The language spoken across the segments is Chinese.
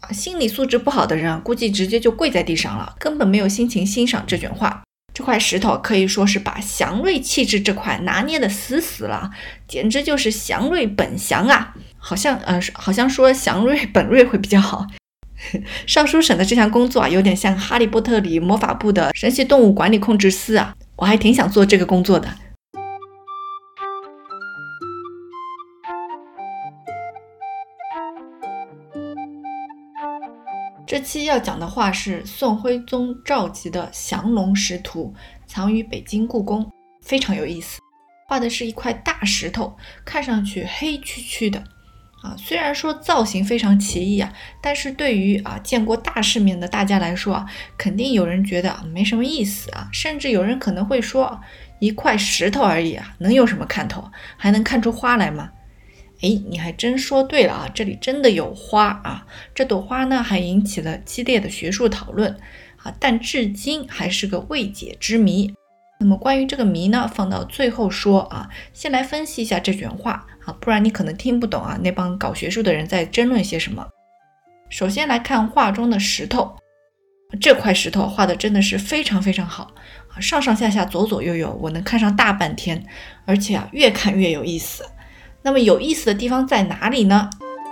心理素质不好的人估计直接就跪在地上了，根本没有心情欣赏这卷画。这块石头可以说是把祥瑞气质这块拿捏得死死了，简直就是祥瑞本祥啊！好像说祥瑞本瑞会比较好。尚书省的这项工作有点像哈利波特里魔法部的神奇动物管理控制司啊，我还挺想做这个工作的。这期要讲的画是宋徽宗赵佶的降龙石图，藏于北京故宫，非常有意思。画的是一块大石头，看上去黑黢黢的虽然说造型非常奇异但是对于见过大世面的大家来说肯定有人觉得没什么意思甚至有人可能会说一块石头而已能有什么看头，还能看出花来吗？你还真说对了这里真的有花这朵花呢还引起了激烈的学术讨论但至今还是个未解之谜。那么关于这个谜呢，放到最后说先来分析一下这卷画不然你可能听不懂那帮搞学术的人在争论些什么。首先来看画中的石头，这块石头画的真的是非常非常好上上下下左左右右我能看上大半天，而且越看越有意思。那么有意思的地方在哪里呢？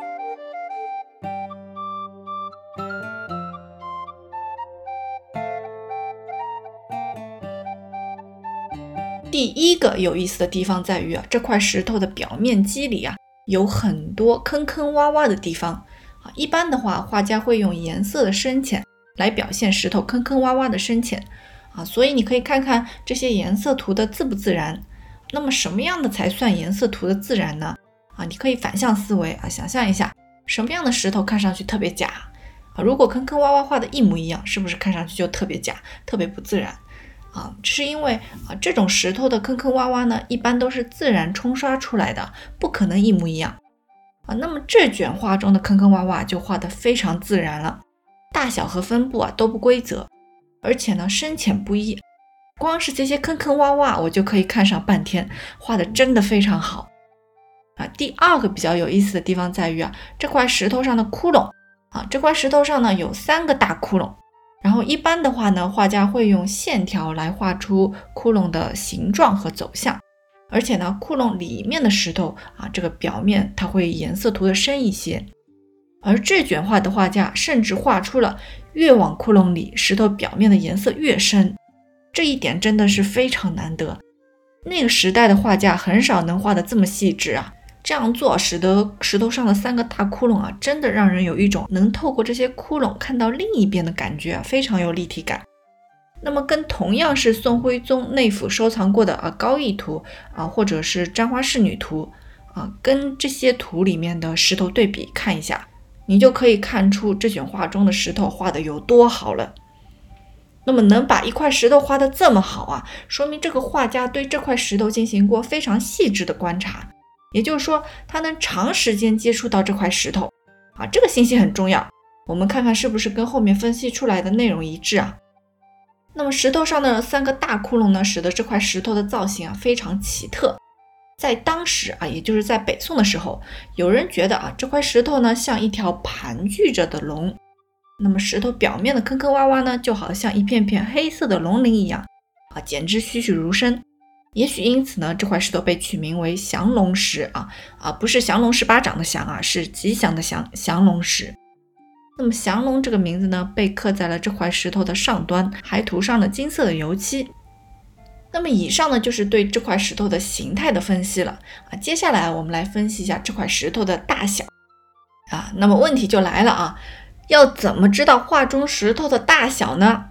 第一个有意思的地方在于这块石头的表面肌里有很多坑坑洼洼的地方一般的话画家会用颜色的深浅来表现石头坑坑洼洼的深浅所以你可以看看这些颜色涂的自不自然。那么什么样的才算颜色涂的自然呢？你可以反向思维想象一下什么样的石头看上去特别假如果坑坑洼洼画的一模一样，是不是看上去就特别假，特别不自然这是因为这种石头的坑坑洼洼呢，一般都是自然冲刷出来的，不可能一模一样那么这卷画中的坑坑洼洼就画得非常自然了，大小和分布都不规则，而且呢深浅不一，光是这些坑坑洼洼我就可以看上半天，画得真的非常好第二个比较有意思的地方在于这块石头上的窟窿这块石头上呢有3个大窟窿，然后一般的话呢，画家会用线条来画出窟窿的形状和走向，而且呢窟窿里面的石头这个表面它会颜色涂得深一些。而这卷画的画家甚至画出了越往窟窿里石头表面的颜色越深，这一点真的是非常难得，那个时代的画家很少能画得这么细致这样做使得石头上的3个大窟窿真的让人有一种能透过这些窟窿看到另一边的感觉非常有立体感。那么跟同样是宋徽宗内府收藏过的高逸图或者是簪花仕女图跟这些图里面的石头对比看一下，你就可以看出这卷画中的石头画得有多好了。那么能把一块石头画得这么好说明这个画家对这块石头进行过非常细致的观察，也就是说他能长时间接触到这块石头这个信息很重要，我们看看是不是跟后面分析出来的内容一致那么石头上的3个大窟窿呢，使得这块石头的造型非常奇特。在当时也就是在北宋的时候，有人觉得这块石头呢像一条盘踞着的龙，那么石头表面的坑坑洼洼呢，就好像一片片黑色的龙鳞一样简直栩栩如生。也许因此呢，这块石头被取名为降龙石不是降龙18掌的降是吉祥的祥，降龙石。那么降龙这个名字呢，被刻在了这块石头的上端，还涂上了金色的油漆。那么以上呢，就是对这块石头的形态的分析了接下来我们来分析一下这块石头的大小那么问题就来了要怎么知道画中石头的大小呢？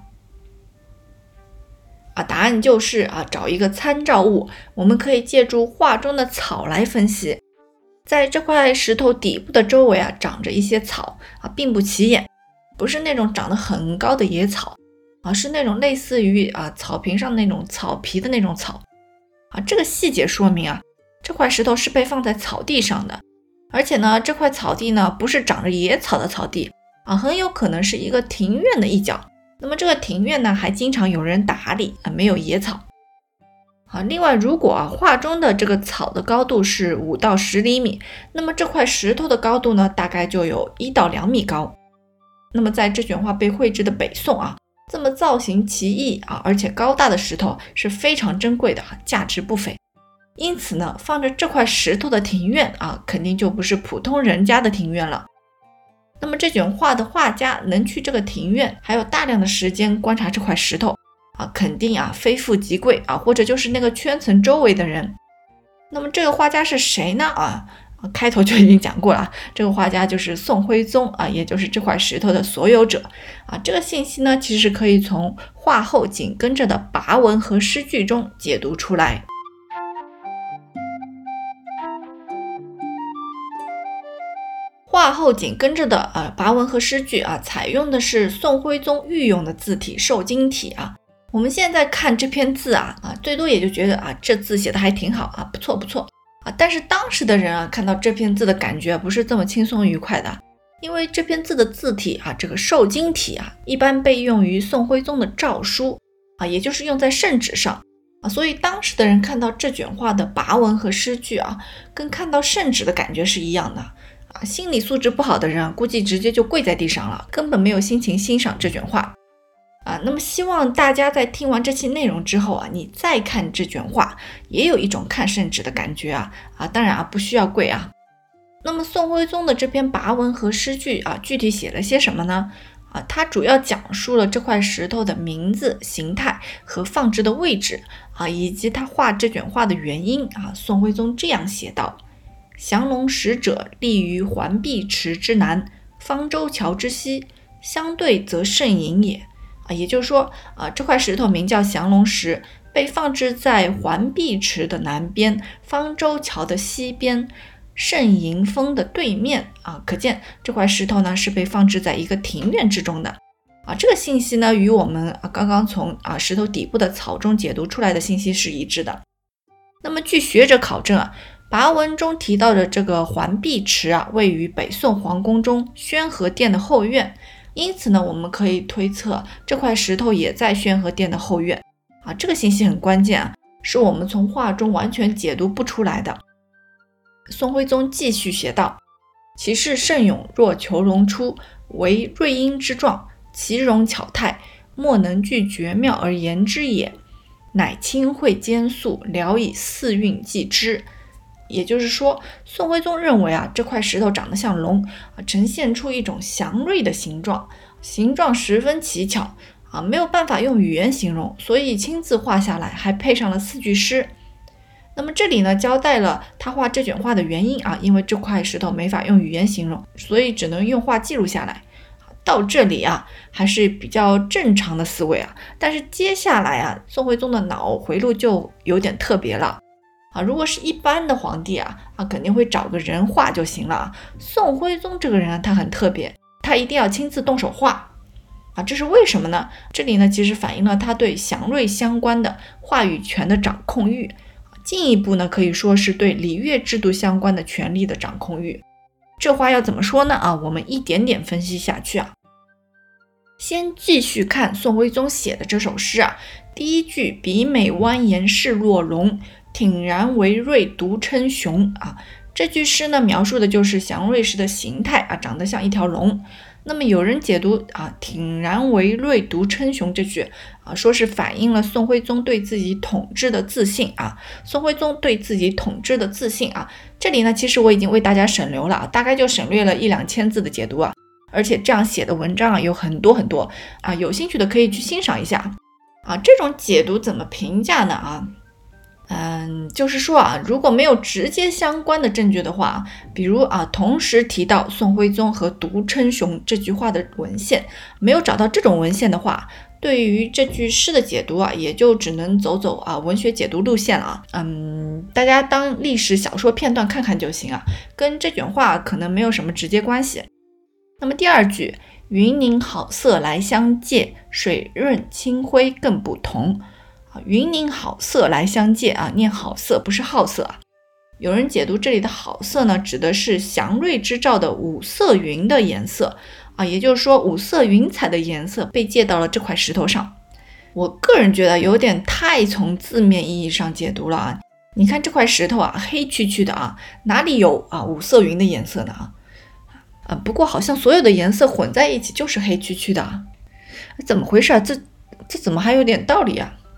答案就是找一个参照物，我们可以借助画中的草来分析。在这块石头底部的周围长着一些草并不起眼，不是那种长得很高的野草是那种类似于草坪上那种草皮的那种草这个细节说明这块石头是被放在草地上的，而且呢这块草地呢不是长着野草的草地很有可能是一个庭院的一角。那么这个庭院呢还经常有人打理没有野草另外如果画中的这个草的高度是5到10厘米，那么这块石头的高度呢大概就有1到2米高那么在这卷画被绘制的北宋啊，这么造型奇异啊，而且高大的石头是非常珍贵的，价值不菲。因此呢，放着这块石头的庭院啊，肯定就不是普通人家的庭院了。那么这卷画的画家能去这个庭院，还有大量的时间观察这块石头啊，肯定啊非富即贵啊，或者就是那个圈层周围的人。那么这个画家是谁呢？开头就已经讲过了，这个画家就是宋徽宗啊，也就是这块石头的所有者啊。这个信息呢，其实可以从画后紧跟着的跋文和诗句中解读出来。画后紧跟着的跋文和诗句啊，采用的是宋徽宗御用的字体瘦金体啊。我们现在看这篇字最多也就觉得这字写的还挺好不错不错但是当时的人看到这篇字的感觉不是这么轻松愉快的，因为这篇字的字体这个瘦金体一般被用于宋徽宗的诏书也就是用在圣旨上所以当时的人看到这卷画的跋文和诗句跟看到圣旨的感觉是一样的心理素质不好的人估计直接就跪在地上了，根本没有心情欣赏这卷画那么希望大家在听完这期内容之后你再看这卷画，也有一种看圣旨的感觉当然不需要跪那么宋徽宗的这篇跋文和诗句具体写了些什么呢？它主要讲述了这块石头的名字、形态和放置的位置以及他画这卷画的原因宋徽宗这样写道：降龙石者，立于环壁池之南，方舟桥之西，相对则甚隐也。也就是说这块石头名叫降龙石，被放置在环壁池的南边，方舟桥的西边，圣迎峰的对面可见这块石头呢是被放置在一个庭院之中的这个信息呢与我们刚刚从石头底部的草中解读出来的信息是一致的。那么据学者考证跋文中提到的这个环壁池位于北宋皇宫中宣和殿的后院，因此呢，我们可以推测这块石头也在宣和殿的后院这个信息很关键是我们从画中完全解读不出来的。宋徽宗继续写道：其势甚勇，若虬龙出，为瑞鹰之状，其容巧态，莫能具绝妙而言之也，乃清慧兼素，聊以四韵记之。也就是说，宋徽宗认为这块石头长得像龙呈现出一种祥瑞的形状，形状十分奇巧没有办法用语言形容，所以亲自画下来，还配上了4句诗。那么这里呢，交代了他画这卷画的原因因为这块石头没法用语言形容，所以只能用画记录下来。到这里还是比较正常的思维但是接下来宋徽宗的脑回路就有点特别了如果是一般的皇帝肯定会找个人画就行了宋徽宗这个人他很特别，他一定要亲自动手画这是为什么呢？这里呢其实反映了他对祥瑞相关的话语权的掌控欲，进一步呢可以说是对礼乐制度相关的权力的掌控欲。这话要怎么说呢我们一点点分析下去先继续看宋徽宗写的这首诗第一句比美蜿蜒势若龙，挺然为瑞独称雄这句诗呢描述的就是祥瑞时的形态长得像一条龙。那么有人解读挺然为瑞独称雄这句说是反映了宋徽宗对自己统治的自信宋徽宗对自己统治的自信这里呢其实我已经为大家省流了大概就省略了1-2千字的解读而且这样写的文章有很多很多有兴趣的可以去欣赏一下这种解读怎么评价呢就是说如果没有直接相关的证据的话，比如同时提到宋徽宗和独称雄这句话的文献，没有找到这种文献的话，对于这句诗的解读也就只能走文学解读路线了大家当历史小说片段看看就行跟这卷画可能没有什么直接关系。那么第二句云凝好色来相借，水润清辉更不同云凝好色来相借念好色不是好色有人解读这里的好色呢，指的是祥瑞之兆的五色云的颜色也就是说五色云彩的颜色被借到了这块石头上。我个人觉得有点太从字面意义上解读了你看这块石头黑黢黢的哪里有五色云的颜色呢不过好像所有的颜色混在一起就是黑黢黢的啊，怎么回事？这怎么还有点道理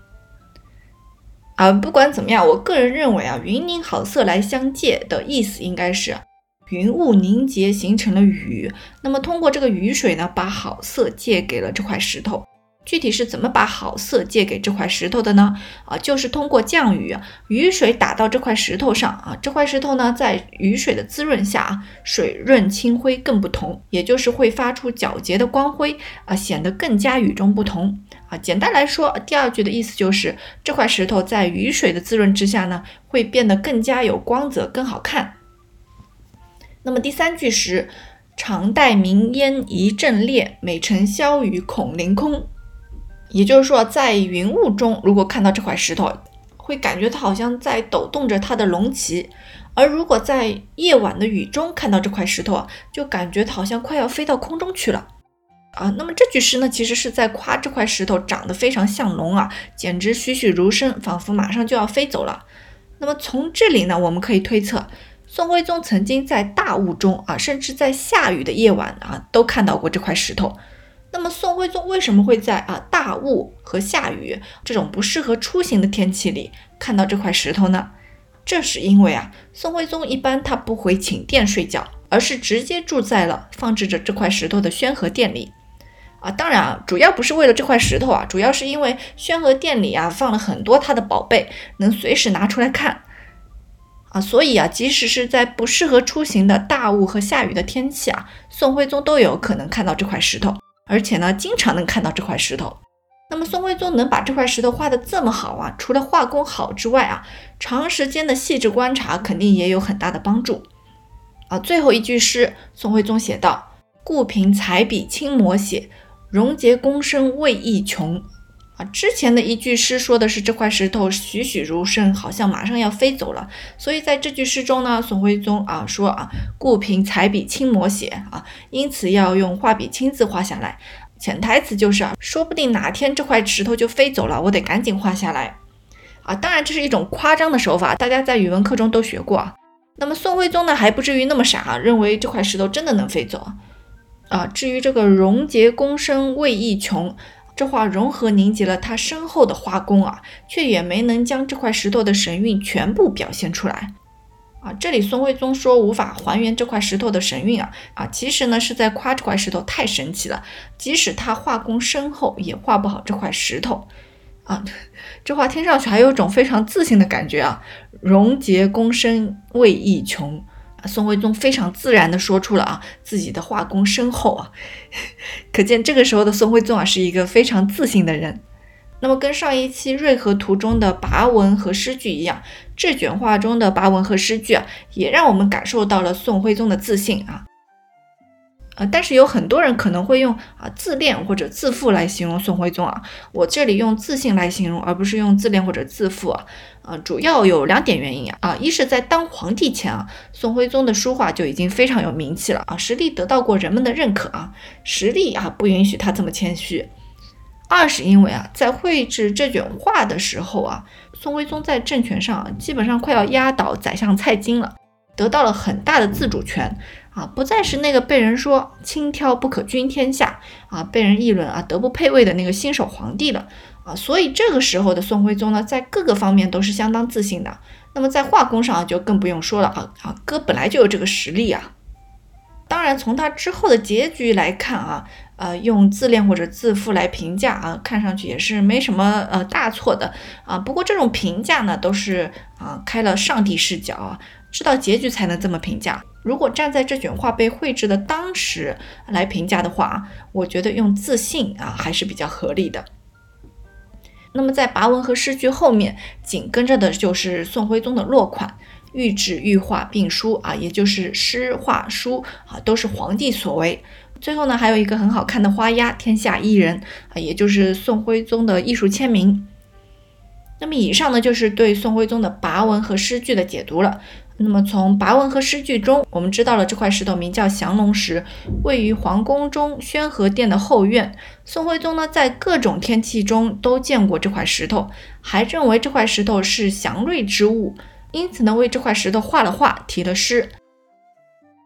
啊？不管怎么样，我个人认为云凝好色来相借的意思应该是云雾凝结形成了雨，那么通过这个雨水呢，把好色借给了这块石头。具体是怎么把好色借给这块石头的呢？就是通过降雨，雨水打到这块石头上这块石头呢，在雨水的滋润下水润清辉更不同，也就是会发出皎洁的光辉显得更加与众不同简单来说，第二句的意思就是这块石头在雨水的滋润之下呢，会变得更加有光泽，更好看。那么第三句是常待明烟一阵烈，每成萧雨恐凌空。也就是说，在云雾中如果看到这块石头，会感觉它好像在抖动着它的龙旗，而如果在夜晚的雨中看到这块石头就感觉它好像快要飞到空中去了那么这句诗呢，其实是在夸这块石头长得非常像龙简直栩栩如生，仿佛马上就要飞走了。那么从这里呢，我们可以推测宋徽宗曾经在大雾中甚至在下雨的夜晚都看到过这块石头。那么宋徽宗为什么会在大雾和下雨这种不适合出行的天气里看到这块石头呢？这是因为宋徽宗一般他不回寝殿睡觉，而是直接住在了放置着这块石头的宣和殿里当然主要不是为了这块石头主要是因为宣和殿里放了很多他的宝贝，能随时拿出来看所以即使是在不适合出行的大雾和下雨的天气宋徽宗都有可能看到这块石头，而且呢经常能看到这块石头。那么宋徽宗能把这块石头画得这么好除了画工好之外长时间的细致观察肯定也有很大的帮助最后一句诗，宋徽宗写道：故凭彩笔轻摹写，荣节公生未易穷之前的一句诗说的是这块石头栩栩如生，好像马上要飞走了，所以在这句诗中呢，宋徽宗说故凭彩笔轻摹写因此要用画笔亲自画下来。潜台词就是说不定哪天这块石头就飞走了，我得赶紧画下来当然这是一种夸张的手法，大家在语文课中都学过那么宋徽宗呢还不至于那么傻认为这块石头真的能飞走至于这个荣节公生未易穷，这话融合凝结了他深厚的画工却也没能将这块石头的神韵全部表现出来这里宋徽宗说无法还原这块石头的神韵其实呢是在夸这块石头太神奇了，即使他画工深厚也画不好这块石头这话听上去还有种非常自信的感觉荣节公生未易穷，宋徽宗非常自然地说出了自己的画工深厚可见这个时候的宋徽宗是一个非常自信的人。那么跟上一期瑞和图中的跋文和诗句一样，这卷画中的跋文和诗句也让我们感受到了宋徽宗的自信但是有很多人可能会用自恋或者自负来形容宋徽宗我这里用自信来形容，而不是用自恋或者自负主要有2点原因一是在当皇帝前宋徽宗的书画就已经非常有名气了实力得到过人们的认可实力不允许他这么谦虚。二是因为在绘制这卷画的时候宋徽宗在政权上基本上快要压倒宰相蔡京了，得到了很大的自主权不再是那个被人说轻佻不可均天下被人议论德不配位的那个新手皇帝了所以这个时候的宋徽宗呢，在各个方面都是相当自信的。那么在画工上就更不用说了哥本来就有这个实力当然从他之后的结局来看用自恋或者自负来评价看上去也是没什么大错的不过这种评价呢都是开了上帝视角知道结局才能这么评价。如果站在这卷画被绘制的当时来评价的话我觉得用自信还是比较合理的。那么在跋文和诗句后面紧跟着的就是宋徽宗的落款，御制御画并书也就是诗画书都是皇帝所为。最后呢还有一个很好看的花押天下一人也就是宋徽宗的艺术签名。那么以上呢就是对宋徽宗的跋文和诗句的解读了。那么从跋文和诗句中我们知道了这块石头名叫降龙石，位于皇宫中宣和殿的后院。宋徽宗呢在各种天气中都见过这块石头，还认为这块石头是祥瑞之物，因此呢为这块石头画了画，题了诗。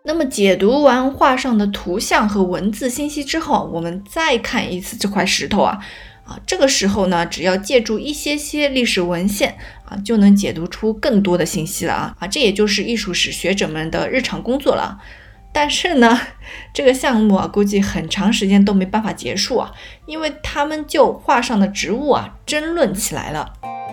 那么解读完画上的图像和文字信息之后，我们再看一次这块石头这个时候呢，只要借助一些历史文献就能解读出更多的信息了这也就是艺术史学者们的日常工作了。但是呢，这个项目估计很长时间都没办法结束因为他们就画上的植物争论起来了。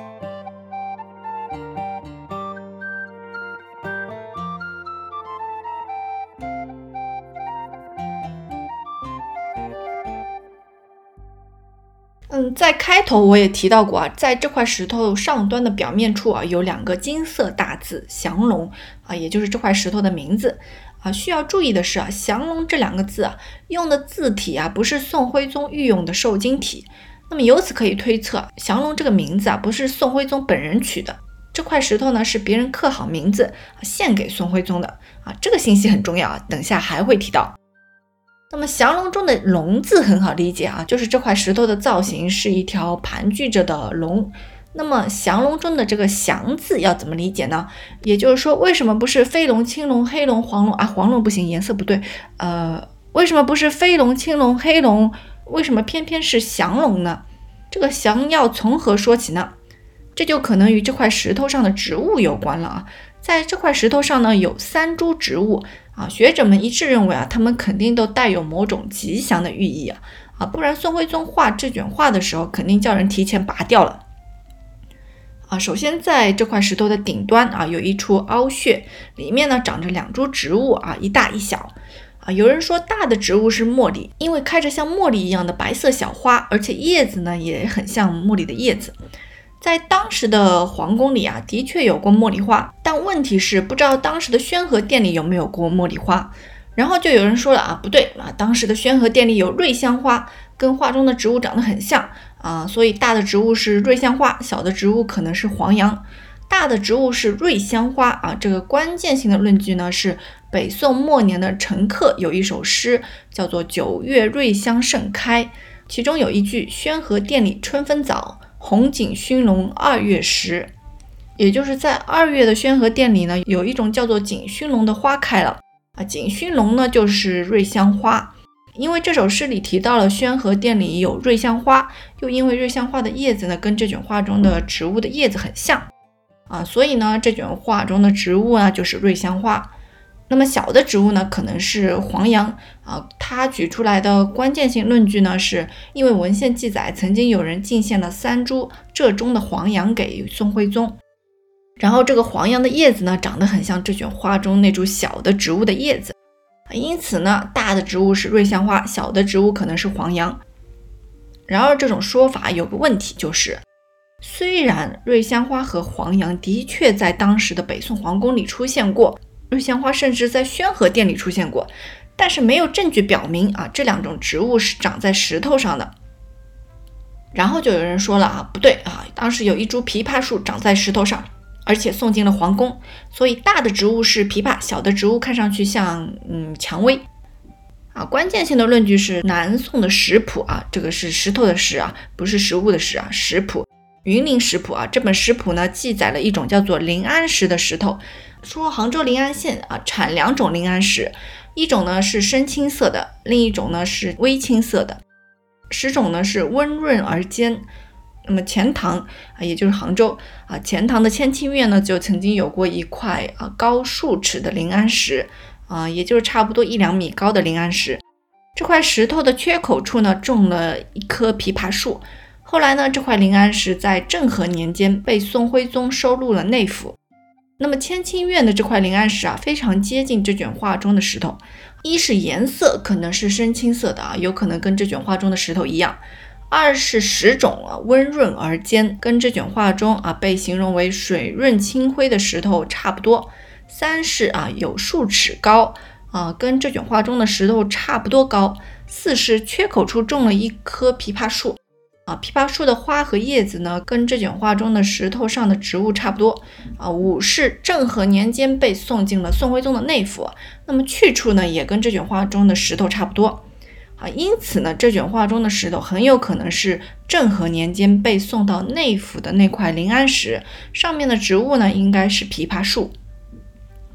在开头我也提到过在这块石头上端的表面处有2个金色大字降龙也就是这块石头的名字需要注意的是降龙这2个字用的字体不是宋徽宗御用的瘦金体。那么由此可以推测，降龙这个名字不是宋徽宗本人取的，这块石头呢是别人刻好名字献给宋徽宗的这个信息很重要等下还会提到。那么降龙中的龙字很好理解就是这块石头的造型是一条盘踞着的龙。那么降龙中的这个降字要怎么理解呢？也就是说，为什么不是飞龙、青龙、黑龙、黄龙黄龙不行，颜色不对。为什么不是飞龙、青龙、黑龙？为什么偏偏是降龙呢？这个降要从何说起呢？这就可能与这块石头上的植物有关了在这块石头上呢，有3株植物学者们一致认为它们肯定都带有某种吉祥的寓意不然宋徽宗画这卷画的时候肯定叫人提前拔掉了首先在这块石头的顶端有一处凹穴，里面呢长着2株植物一大一小有人说大的植物是茉莉，因为开着像茉莉一样的白色小花，而且叶子呢也很像茉莉的叶子。在当时的皇宫里的确有过茉莉花，但问题是不知道当时的宣和殿里有没有过茉莉花。然后就有人说了不对当时的宣和殿里有瑞香花，跟画中的植物长得很像所以大的植物是瑞香花，小的植物可能是黄杨。大的植物是瑞香花这个关键性的论据呢是北宋末年的陈克有一首诗叫做9月瑞香盛开，其中有一句宣和殿里春分早，红锦熏笼2月时，也就是在2月的宣和殿里呢，有一种叫做锦熏笼的花开了锦熏笼呢就是瑞香花。因为这首诗里提到了宣和殿里有瑞香花，又因为瑞香花的叶子呢跟这卷画中的植物的叶子很像所以呢这卷画中的植物呢就是瑞香花。那么小的植物呢可能是黄杨他举出来的关键性论据呢是因为文献记载曾经有人进献了3株浙中的黄杨给宋徽宗，然后这个黄杨的叶子呢长得很像这卷画中那株小的植物的叶子，因此呢大的植物是瑞香花，小的植物可能是黄杨。然而这种说法有个问题，就是虽然瑞香花和黄杨的确在当时的北宋皇宫里出现过，瑞香花甚至在宣和殿里出现过，但是没有证据表明这2种植物是长在石头上的。然后就有人说了不对当时有一株枇杷树长在石头上，而且送进了皇宫，所以大的植物是枇杷，小的植物看上去像蔷薇关键性的论据是南宋的食谱这个是石头的石不是食物的食食谱云林食谱这本食谱呢记载了一种叫做临安石的石头，说杭州临安县产2种临安石，一种呢是深青色的，另一种呢是微青色的，石种呢是温润而尖。那么钱塘也就是杭州钱塘的千清苑呢就曾经有过一块高数尺的临安石也就是差不多1-2米高的临安石。这块石头的缺口处呢种了一棵枇杷树，后来呢这块临安石在政和年间被宋徽宗收入了内府。那么千清苑的这块临安石非常接近这卷画中的石头，一是颜色可能是深青色的有可能跟这卷画中的石头一样，二是石种温润而尖，跟这卷画中被形容为水润清辉的石头差不多，三是有数尺高跟这卷画中的石头差不多高，四是缺口处种了一棵枇杷树枇杷树的花和叶子呢跟这卷画中的石头上的植物差不多五是政和年间被送进了宋徽宗的内府，那么去处呢也跟这卷画中的石头差不多因此呢这卷画中的石头很有可能是政和年间被送到内府的那块临安石，上面的植物呢应该是枇杷树。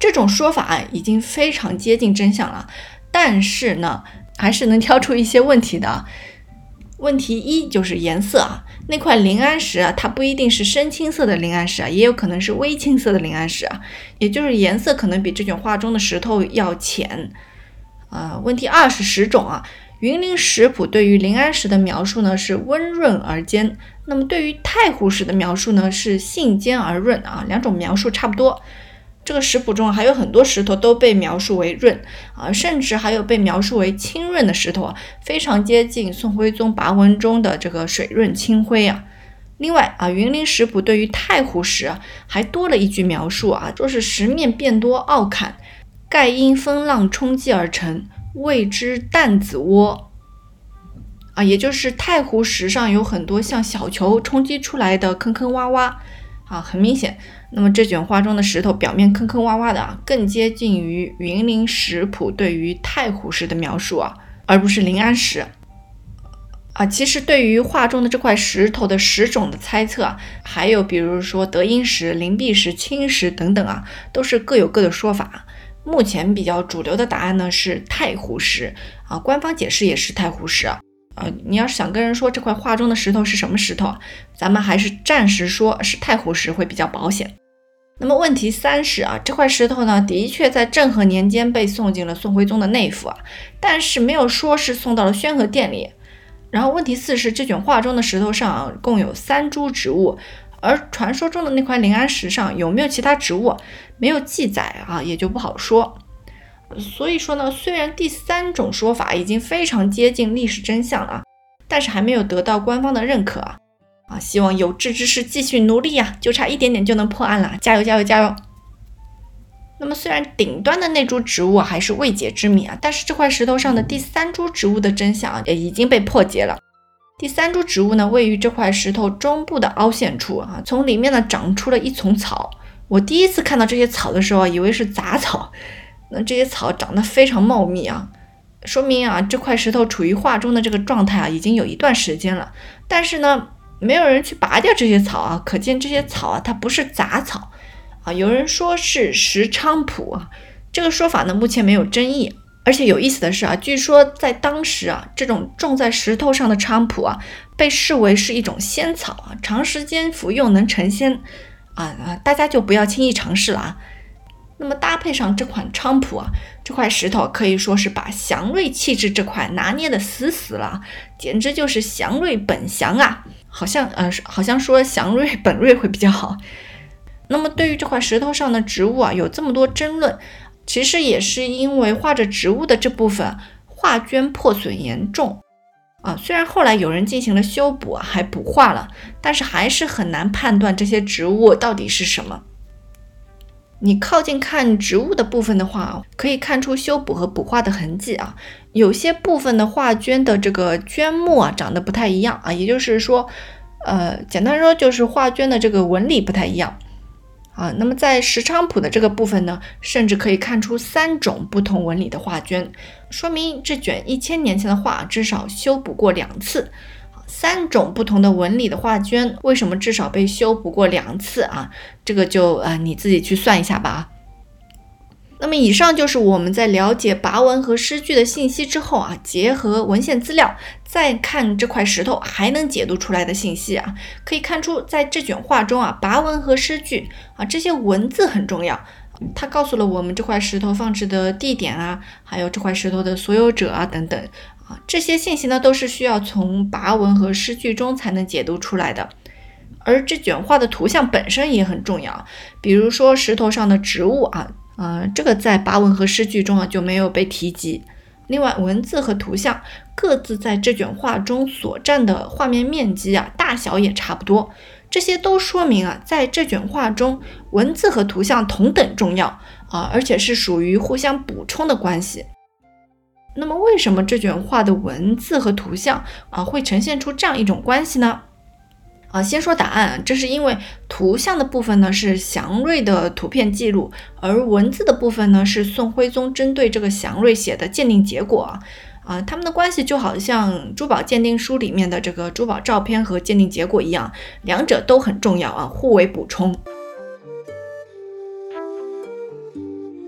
这种说法已经非常接近真相了，但是呢，还是能挑出一些问题的。问题一就是颜色啊，那块临安石啊，它不一定是深青色的临安石啊，也有可能是微青色的临安石啊，也就是颜色可能比这卷画中的石头要浅。问题二是石种啊，云林石谱对于临安石的描述呢是温润而尖，那么对于太湖石的描述呢是性尖而润啊，两种描述差不多。这个石谱中还有很多石头都被描述为润甚至还有被描述为清润的石头啊，非常接近宋徽宗跋文中的这个水润清辉啊。另外云林石谱对于太湖石还多了一句描述啊，说是石面变多凹坎，盖因风浪冲击而成，谓之淡子窝也就是太湖石上有很多像小球冲击出来的坑坑洼洼很明显，那么这卷画中的石头表面坑坑洼洼的更接近于云林石谱对于太湖石的描述而不是临安石其实对于画中的这块石头的石种的猜测还有比如说德音石、灵璧石、青石等等都是各有各的说法。目前比较主流的答案呢是太湖石官方解释也是太湖石你要是想跟人说这块画中的石头是什么石头，咱们还是暂时说是太湖石会比较保险。那么问题三是这块石头呢，的确在政和年间被送进了宋徽宗的内府但是没有说是送到了宣和殿里。然后问题四是这卷画中的石头上共有3株植物，而传说中的那块临安石上有没有其他植物没有记载也就不好说。所以说呢，虽然第3种说法已经非常接近历史真相了但是还没有得到官方的认可希望有志之士继续努力就差一点点就能破案了，加油加油加油！那么虽然顶端的那株植物还是未解之谜但是这块石头上的第3株植物的真相也已经被破解了。第3株植物呢，位于这块石头中部的凹陷处从里面呢长出了一丛草。我第一次看到这些草的时候以为是杂草，那这些草长得非常茂密说明这块石头处于画中的这个状态已经有一段时间了。但是呢，没有人去拔掉这些草可见这些草它不是杂草有人说是石菖蒲这个说法呢目前没有争议。而且有意思的是据说在当时这种种在石头上的菖蒲被视为是一种仙草长时间服用能成仙大家就不要轻易尝试了那么搭配上这款菖蒲这块石头可以说是把祥瑞气质这块拿捏的死死了，简直就是祥瑞本祥好像说祥瑞本瑞会比较好。那么对于这块石头上的植物有这么多争论，其实也是因为画着植物的这部分画卷破损严重虽然后来有人进行了修补还补画了，但是还是很难判断这些植物到底是什么。你靠近看植物的部分的话可以看出修补和补画的痕迹有些部分的画卷的这个卷目长得不太一样也就是说简单说就是画卷的这个纹理不太一样那么在石菖蒲的这个部分呢，甚至可以看出3种不同纹理的画卷，说明这卷1000年前的画至少修补过2次。3种不同的纹理的画卷为什么至少被修补过2次这个就你自己去算一下吧那么以上就是我们在了解跋文和诗句的信息之后结合文献资料再看这块石头还能解读出来的信息可以看出在这卷画中跋文和诗句这些文字很重要，它告诉了我们这块石头放置的地点还有这块石头的所有者等等这些信息呢都是需要从跋文和诗句中才能解读出来的。而这卷画的图像本身也很重要，比如说石头上的植物这个在跋文和诗句中就没有被提及。另外文字和图像各自在这卷画中所占的画面面积大小也差不多，这些都说明在这卷画中文字和图像同等重要而且是属于互相补充的关系。那么为什么这卷画的文字和图像会呈现出这样一种关系呢？先说答案，这是因为图像的部分呢是祥瑞的图片记录，而文字的部分呢是宋徽宗针对这个祥瑞写的鉴定结果他们的关系就好像珠宝鉴定书里面的这个珠宝照片和鉴定结果一样，两者都很重要互为补充。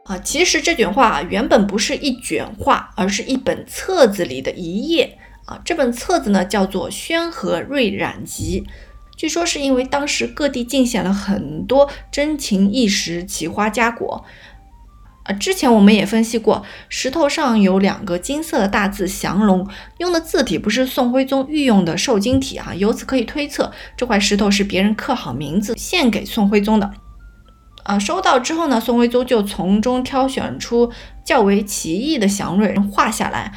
其实这卷画原本不是一卷画，而是一本册子里的一页这本册子呢叫做《宣和瑞染集》，据说是因为当时各地进献了很多珍禽异食、奇花佳果。之前我们也分析过，石头上有2个金色的大字降龙，用的字体不是宋徽宗御用的瘦金体由此可以推测这块石头是别人刻好名字献给宋徽宗的。收到之后呢，宋徽宗就从中挑选出较为奇异的祥瑞画下来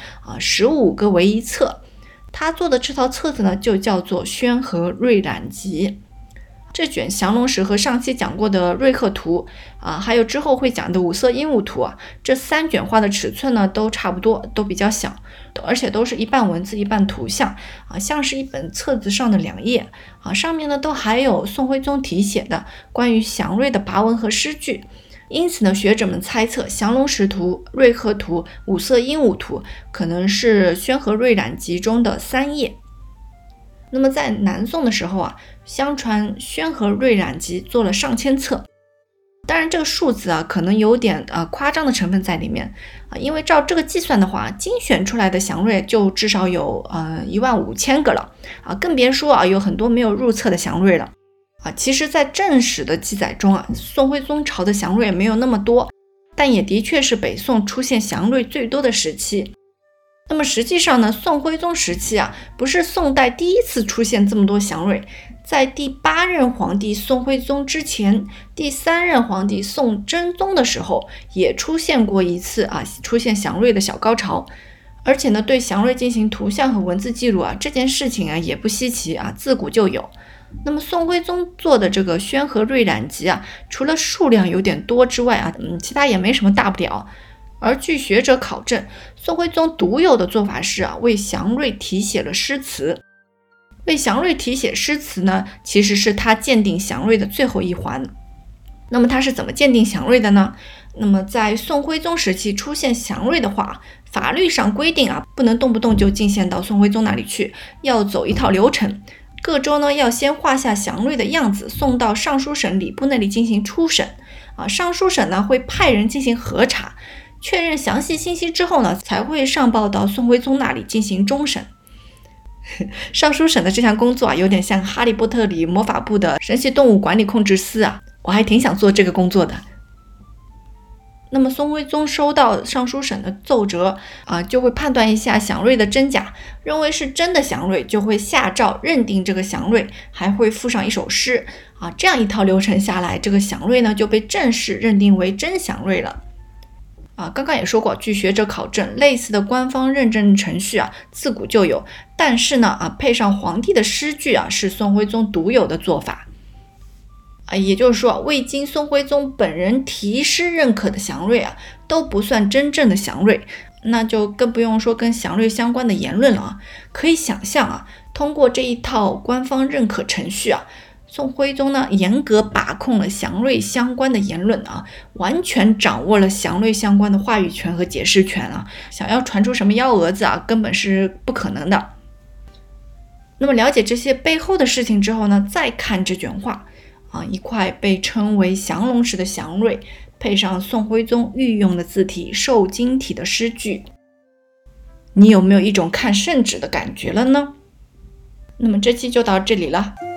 15个为一册。他做的这套册子呢就叫做《宣和瑞染集》。这卷降龙石和上期讲过的瑞鹤图还有之后会讲的五色鹦鹉图这3卷画的尺寸呢都差不多，都比较小，而且都是一半文字一半图像像是一本册子上的2页上面呢都还有宋徽宗题写的关于祥瑞的跋文和诗句。因此呢，学者们猜测降龙石图、瑞鹤图、五色鹦鹉图可能是宣和瑞染集中的3页。那么在南宋的时候相传宣和瑞染集做了上千册，当然这个数字可能有点夸张的成分在里面因为照这个计算的话，精选出来的祥瑞就至少有15000个了更别说有很多没有入册的祥瑞了其实在正史的记载中宋徽宗朝的祥瑞没有那么多，但也的确是北宋出现祥瑞最多的时期。那么实际上呢，宋徽宗时期不是宋代第一次出现这么多祥瑞，在第8任皇帝宋徽宗之前，第3任皇帝宋真宗的时候也出现过一次出现祥瑞的小高潮。而且呢，对祥瑞进行图像和文字记录这件事情也不稀奇自古就有。那么宋徽宗做的这个宣和瑞染集除了数量有点多之外其他也没什么大不了。而据学者考证，宋徽宗独有的做法是为祥瑞题写了诗词。为祥瑞题写诗词呢，其实是他鉴定祥瑞的最后一环。那么他是怎么鉴定祥瑞的呢？那么在宋徽宗时期出现祥瑞的话，法律上规定不能动不动就进献到宋徽宗那里去，要走一套流程。各州呢要先画下祥瑞的样子，送到尚书省礼部那里进行初审尚书省呢会派人进行核查，确认详细信息之后呢，才会上报到宋徽宗那里进行终审。尚书省的这项工作有点像哈利波特里魔法部的神奇动物管理控制司我还挺想做这个工作的。那么宋徽宗收到尚书省的奏折就会判断一下祥瑞的真假，认为是真的祥瑞就会下诏认定这个祥瑞，还会附上一首诗这样一套流程下来，这个祥瑞呢就被正式认定为真祥瑞了。刚刚也说过，据学者考证，类似的官方认证程序自古就有，但是呢配上皇帝的诗句是宋徽宗独有的做法。也就是说，未经宋徽宗本人题诗认可的祥瑞都不算真正的祥瑞，那就更不用说跟祥瑞相关的言论了可以想象通过这一套官方认可程序宋徽宗呢严格把控了祥瑞相关的言论完全掌握了祥瑞相关的话语权和解释权想要传出什么幺蛾子根本是不可能的。那么了解这些背后的事情之后呢，再看这卷画一块被称为降龙石的祥瑞，配上宋徽宗御用的字体瘦金体的诗句，你有没有一种看圣旨的感觉了呢？那么这期就到这里了。